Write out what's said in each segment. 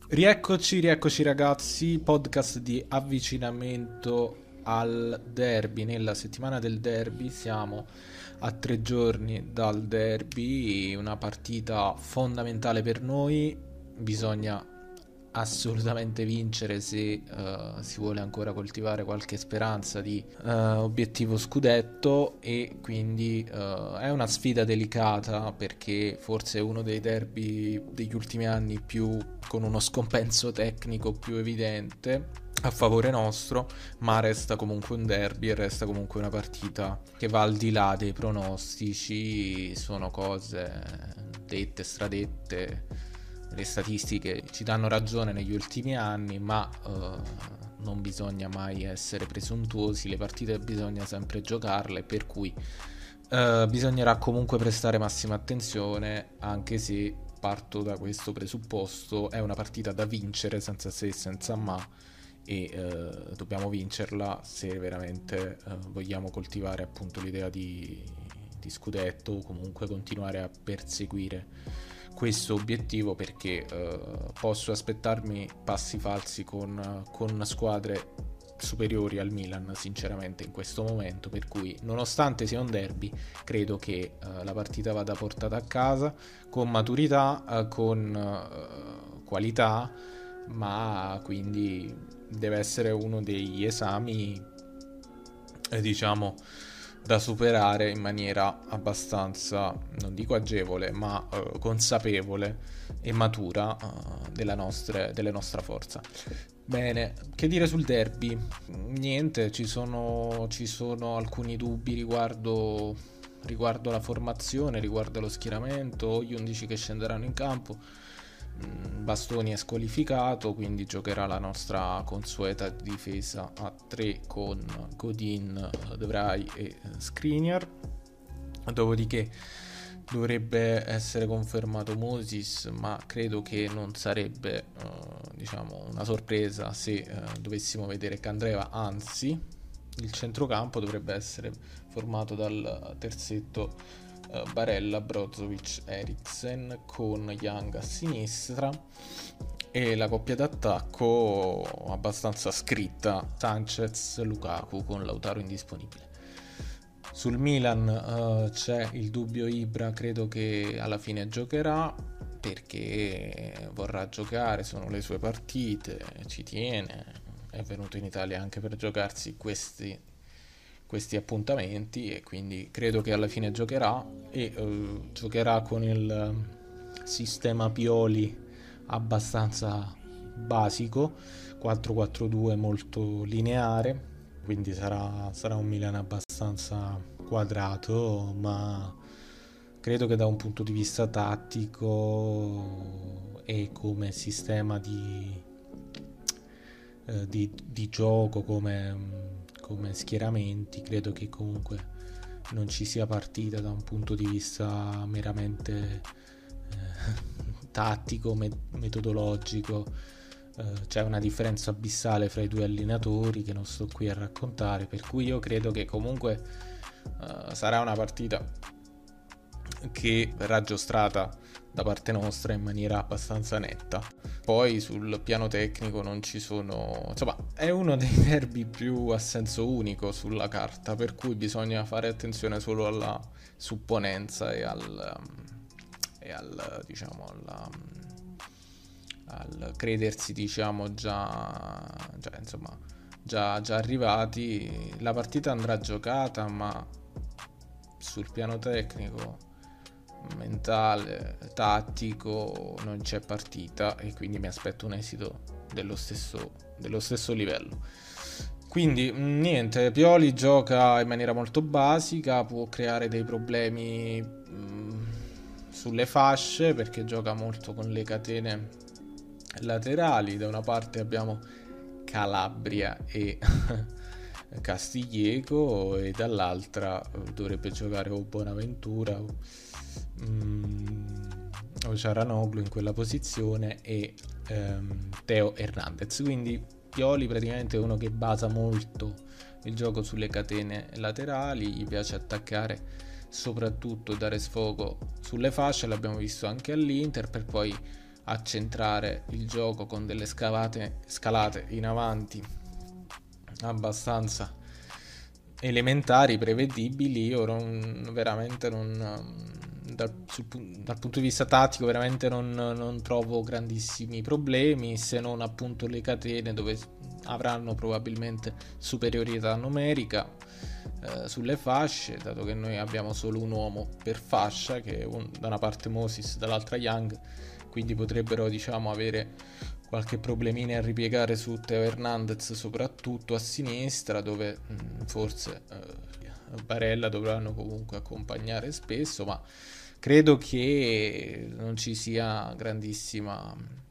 Rieccoci ragazzi, podcast di avvicinamento al derby. Nella settimana del derby siamo a 3 giorni dal derby, una partita fondamentale per noi. Bisogna assolutamente vincere se si vuole ancora coltivare qualche speranza di obiettivo scudetto, e quindi è una sfida delicata perché forse è uno dei derby degli ultimi anni più con uno scompenso tecnico più evidente a favore nostro, ma resta comunque un derby e resta comunque una partita che va al di là dei pronostici. Sono cose dette, stradette. Le statistiche ci danno ragione negli ultimi anni, ma non bisogna mai essere presuntuosi. Le partite bisogna sempre giocarle, per cui bisognerà comunque prestare massima attenzione, anche se parto da questo presupposto: è una partita da vincere senza se e senza ma, e dobbiamo vincerla se veramente vogliamo coltivare appunto l'idea di scudetto, o comunque continuare a perseguire questo obiettivo, perché posso aspettarmi passi falsi con squadre superiori al Milan sinceramente in questo momento, per cui nonostante sia un derby credo che la partita vada portata a casa con maturità, con qualità, ma quindi deve essere uno degli esami diciamo da superare in maniera abbastanza, non dico agevole, ma consapevole e matura della nostra forza. Bene, che dire sul derby? Niente, ci sono alcuni dubbi riguardo la formazione, riguardo lo schieramento, gli 11 che scenderanno in campo. Bastoni è squalificato, quindi giocherà la nostra consueta difesa a 3 con Godin, De Vrij e Skriniar. Dopodiché dovrebbe essere confermato Moses, ma credo che non sarebbe una sorpresa se dovessimo vedere Candreva. Anzi, il centrocampo dovrebbe essere formato dal terzetto Barella, Brozovic, Eriksen, con Young a sinistra, e la coppia d'attacco abbastanza scritta: Sanchez, Lukaku, con Lautaro indisponibile. Sul Milan c'è il dubbio Ibra, credo che alla fine giocherà perché vorrà giocare, sono le sue partite, ci tiene, è venuto in Italia anche per giocarsi questi appuntamenti, e quindi credo che alla fine giocherà, e giocherà con il sistema Pioli abbastanza basico, 4-4-2 molto lineare, quindi sarà un Milan abbastanza quadrato, ma credo che da un punto di vista tattico e come sistema di gioco, come schieramenti, credo che comunque non ci sia partita da un punto di vista meramente tattico, metodologico. C'è una differenza abissale fra i due allenatori che non sto qui a raccontare, per cui io credo che comunque sarà una partita che verrà giostrata da parte nostra in maniera abbastanza netta. Poi sul piano tecnico non ci sono, insomma, è uno dei derby più a senso unico sulla carta, per cui bisogna fare attenzione solo alla supponenza e al credersi già arrivati. La partita andrà giocata, ma sul piano tecnico, mentale, tattico non c'è partita, e quindi mi aspetto un esito dello stesso livello. Quindi niente, Pioli gioca in maniera molto basica, può creare dei problemi sulle fasce perché gioca molto con le catene laterali. Da una parte abbiamo Calabria e Castiglieco, e dall'altra dovrebbe giocare o Bonaventura o Ciaranoglu in quella posizione, e Teo Hernandez. Quindi Pioli praticamente è uno che basa molto il gioco sulle catene laterali, gli piace attaccare, soprattutto dare sfogo sulle fasce, l'abbiamo visto anche all'Inter, per poi a centrare il gioco con delle scalate in avanti abbastanza elementari, prevedibili. Io veramente dal punto di vista tattico veramente non trovo grandissimi problemi, se non appunto le catene, dove avranno probabilmente superiorità numerica sulle fasce, dato che noi abbiamo solo un uomo per fascia, che è da una parte Moses, dall'altra Young, quindi potrebbero, diciamo, avere qualche problemino a ripiegare su Teo Hernandez, soprattutto a sinistra, dove forse Barella dovranno comunque accompagnare spesso, ma credo che non ci sia grandissima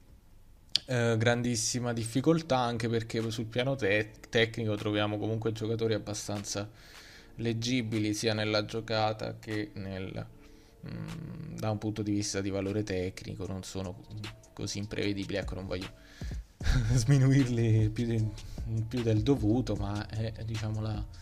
difficoltà, anche perché sul piano tecnico troviamo comunque giocatori abbastanza leggibili sia nella giocata che da un punto di vista di valore tecnico. Non sono così imprevedibili, ecco, non voglio sminuirli più del dovuto, ma è, diciamo,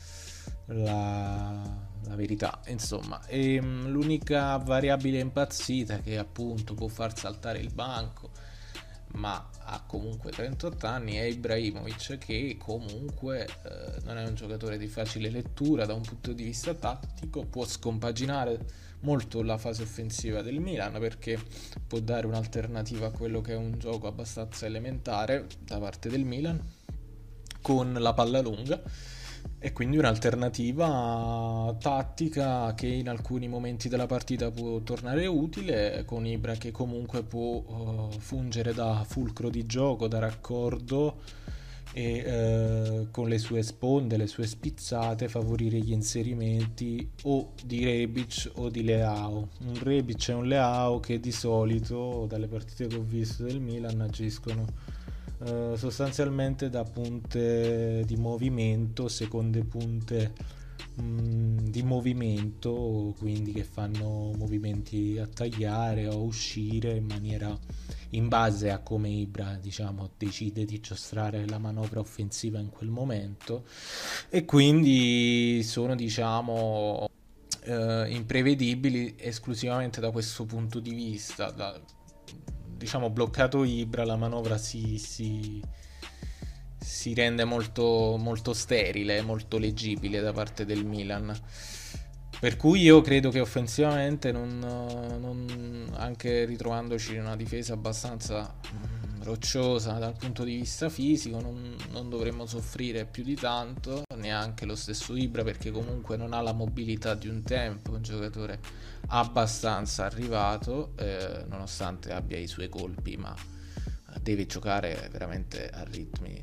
la verità, insomma. E l'unica variabile impazzita, che appunto può far saltare il banco, ma ha comunque 38 anni, è Ibrahimovic, che comunque non è un giocatore di facile lettura da un punto di vista tattico. Può scompaginare molto la fase offensiva del Milan, perché può dare un'alternativa a quello che è un gioco abbastanza elementare da parte del Milan con la palla lunga, e quindi un'alternativa tattica che in alcuni momenti della partita può tornare utile, con Ibra che comunque può fungere da fulcro di gioco, da raccordo, e con le sue sponde, le sue spizzate, favorire gli inserimenti o di Rebic o di Leao. Un Rebic e un Leao che di solito, dalle partite che ho visto del Milan, agiscono sostanzialmente da punte di movimento, seconde punte di movimento, quindi che fanno movimenti a tagliare o a uscire in maniera, in base a come Ibra, diciamo, decide di giostrare la manovra offensiva in quel momento, e quindi sono, diciamo, imprevedibili esclusivamente da questo punto di vista. Diciamo, bloccato Ibra, la manovra si rende molto, molto sterile, molto leggibile da parte del Milan. Per cui io credo che offensivamente, anche ritrovandoci in una difesa abbastanza rocciosa dal punto di vista fisico, non dovremmo soffrire più di tanto, neanche lo stesso Ibra, perché comunque non ha la mobilità di un tempo, un giocatore abbastanza arrivato, nonostante abbia i suoi colpi, ma deve giocare veramente a ritmi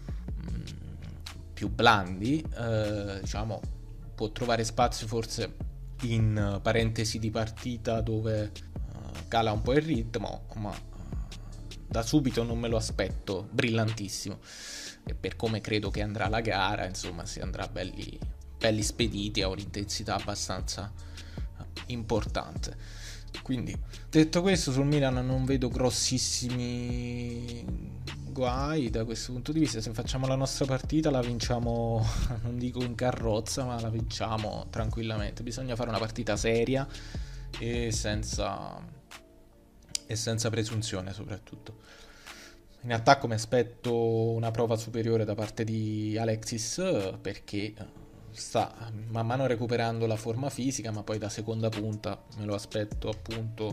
più blandi, diciamo. Può trovare spazio forse in parentesi di partita, dove cala un po' il ritmo, ma da subito non me lo aspetto brillantissimo, e per come credo che andrà la gara, insomma, si andrà belli spediti a un'intensità abbastanza importante. Quindi, detto questo, sul Milan non vedo grossissimi guai da questo punto di vista. Se facciamo la nostra partita la vinciamo, non dico in carrozza, ma la vinciamo tranquillamente. Bisogna fare una partita seria e senza presunzione, soprattutto. In attacco mi aspetto una prova superiore da parte di Alexis, perché sta man mano recuperando la forma fisica, ma poi da seconda punta me lo aspetto, appunto,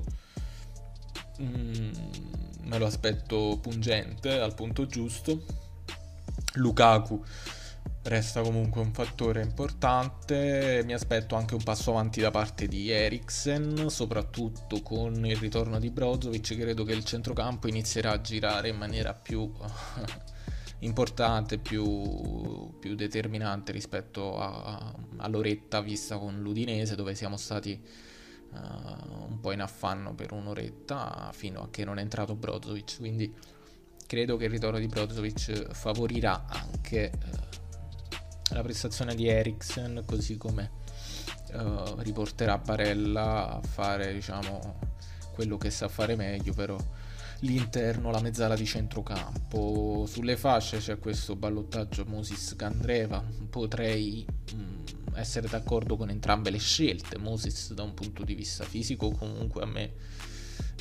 me lo aspetto pungente, al punto giusto. Lukaku resta comunque un fattore importante. Mi aspetto anche un passo avanti da parte di Eriksen, soprattutto con il ritorno di Brozovic. Credo che il centrocampo inizierà a girare in maniera più importante, più determinante rispetto all'oretta vista con l'Udinese, dove siamo stati un po' in affanno per un'oretta, fino a che non è entrato Brozovic. Quindi credo che il ritorno di Brozovic favorirà anche la prestazione di Eriksen, così come riporterà Barella a fare, diciamo, quello che sa fare meglio, però l'interno, la mezzala di centrocampo. Sulle fasce c'è questo ballottaggio Moses-Candreva. Potrei essere d'accordo con entrambe le scelte. Moses, da un punto di vista fisico, comunque a me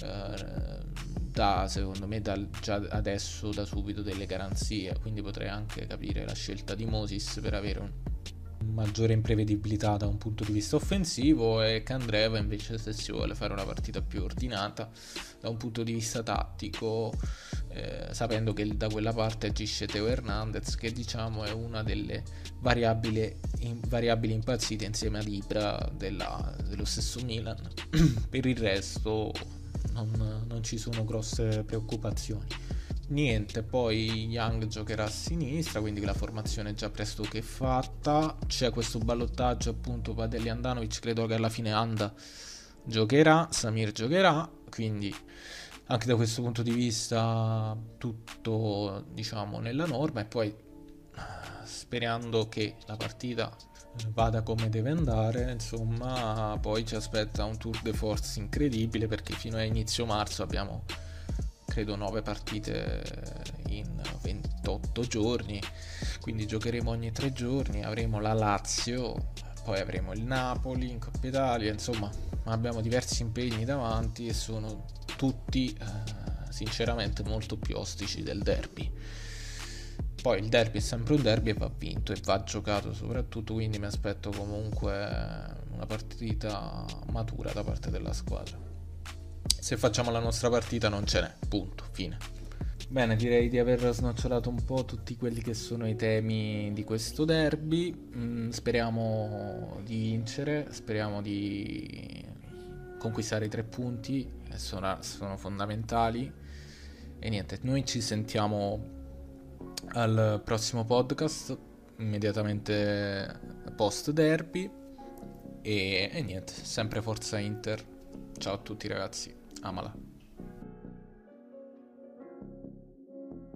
secondo me già adesso da subito delle garanzie, quindi potrei anche capire la scelta di Moses per avere un maggiore imprevedibilità da un punto di vista offensivo, e Candreva invece se si vuole fare una partita più ordinata da un punto di vista tattico, sapendo che da quella parte agisce Teo Hernandez, che diciamo è una delle variabili impazzite insieme ad Ibra dello stesso Milan. Per il resto non ci sono grosse preoccupazioni. Niente, poi Young giocherà a sinistra, quindi la formazione è già pressoché fatta. C'è questo ballottaggio appunto Padelli Andanovic, credo che alla fine Anda giocherà, Samir giocherà, quindi anche da questo punto di vista tutto diciamo nella norma, e poi sperando che la partita vada come deve andare, insomma poi ci aspetta un tour de force incredibile, perché fino a inizio marzo abbiamo credo 9 partite in 28 giorni, quindi giocheremo ogni 3 giorni, avremo la Lazio, poi avremo il Napoli in Coppa Italia, insomma abbiamo diversi impegni davanti e sono tutti sinceramente molto più ostici del derby. Poi il derby è sempre un derby e va vinto e va giocato soprattutto, quindi mi aspetto comunque una partita matura da parte della squadra. Se facciamo la nostra partita non ce n'è, punto, fine. Bene, direi di aver snocciolato un po' tutti quelli che sono i temi di questo derby. Speriamo di vincere, speriamo di conquistare i 3 punti, che sono fondamentali. E niente, noi ci sentiamo al prossimo podcast, immediatamente post derby. E niente, sempre forza Inter. Ciao a tutti ragazzi, amala.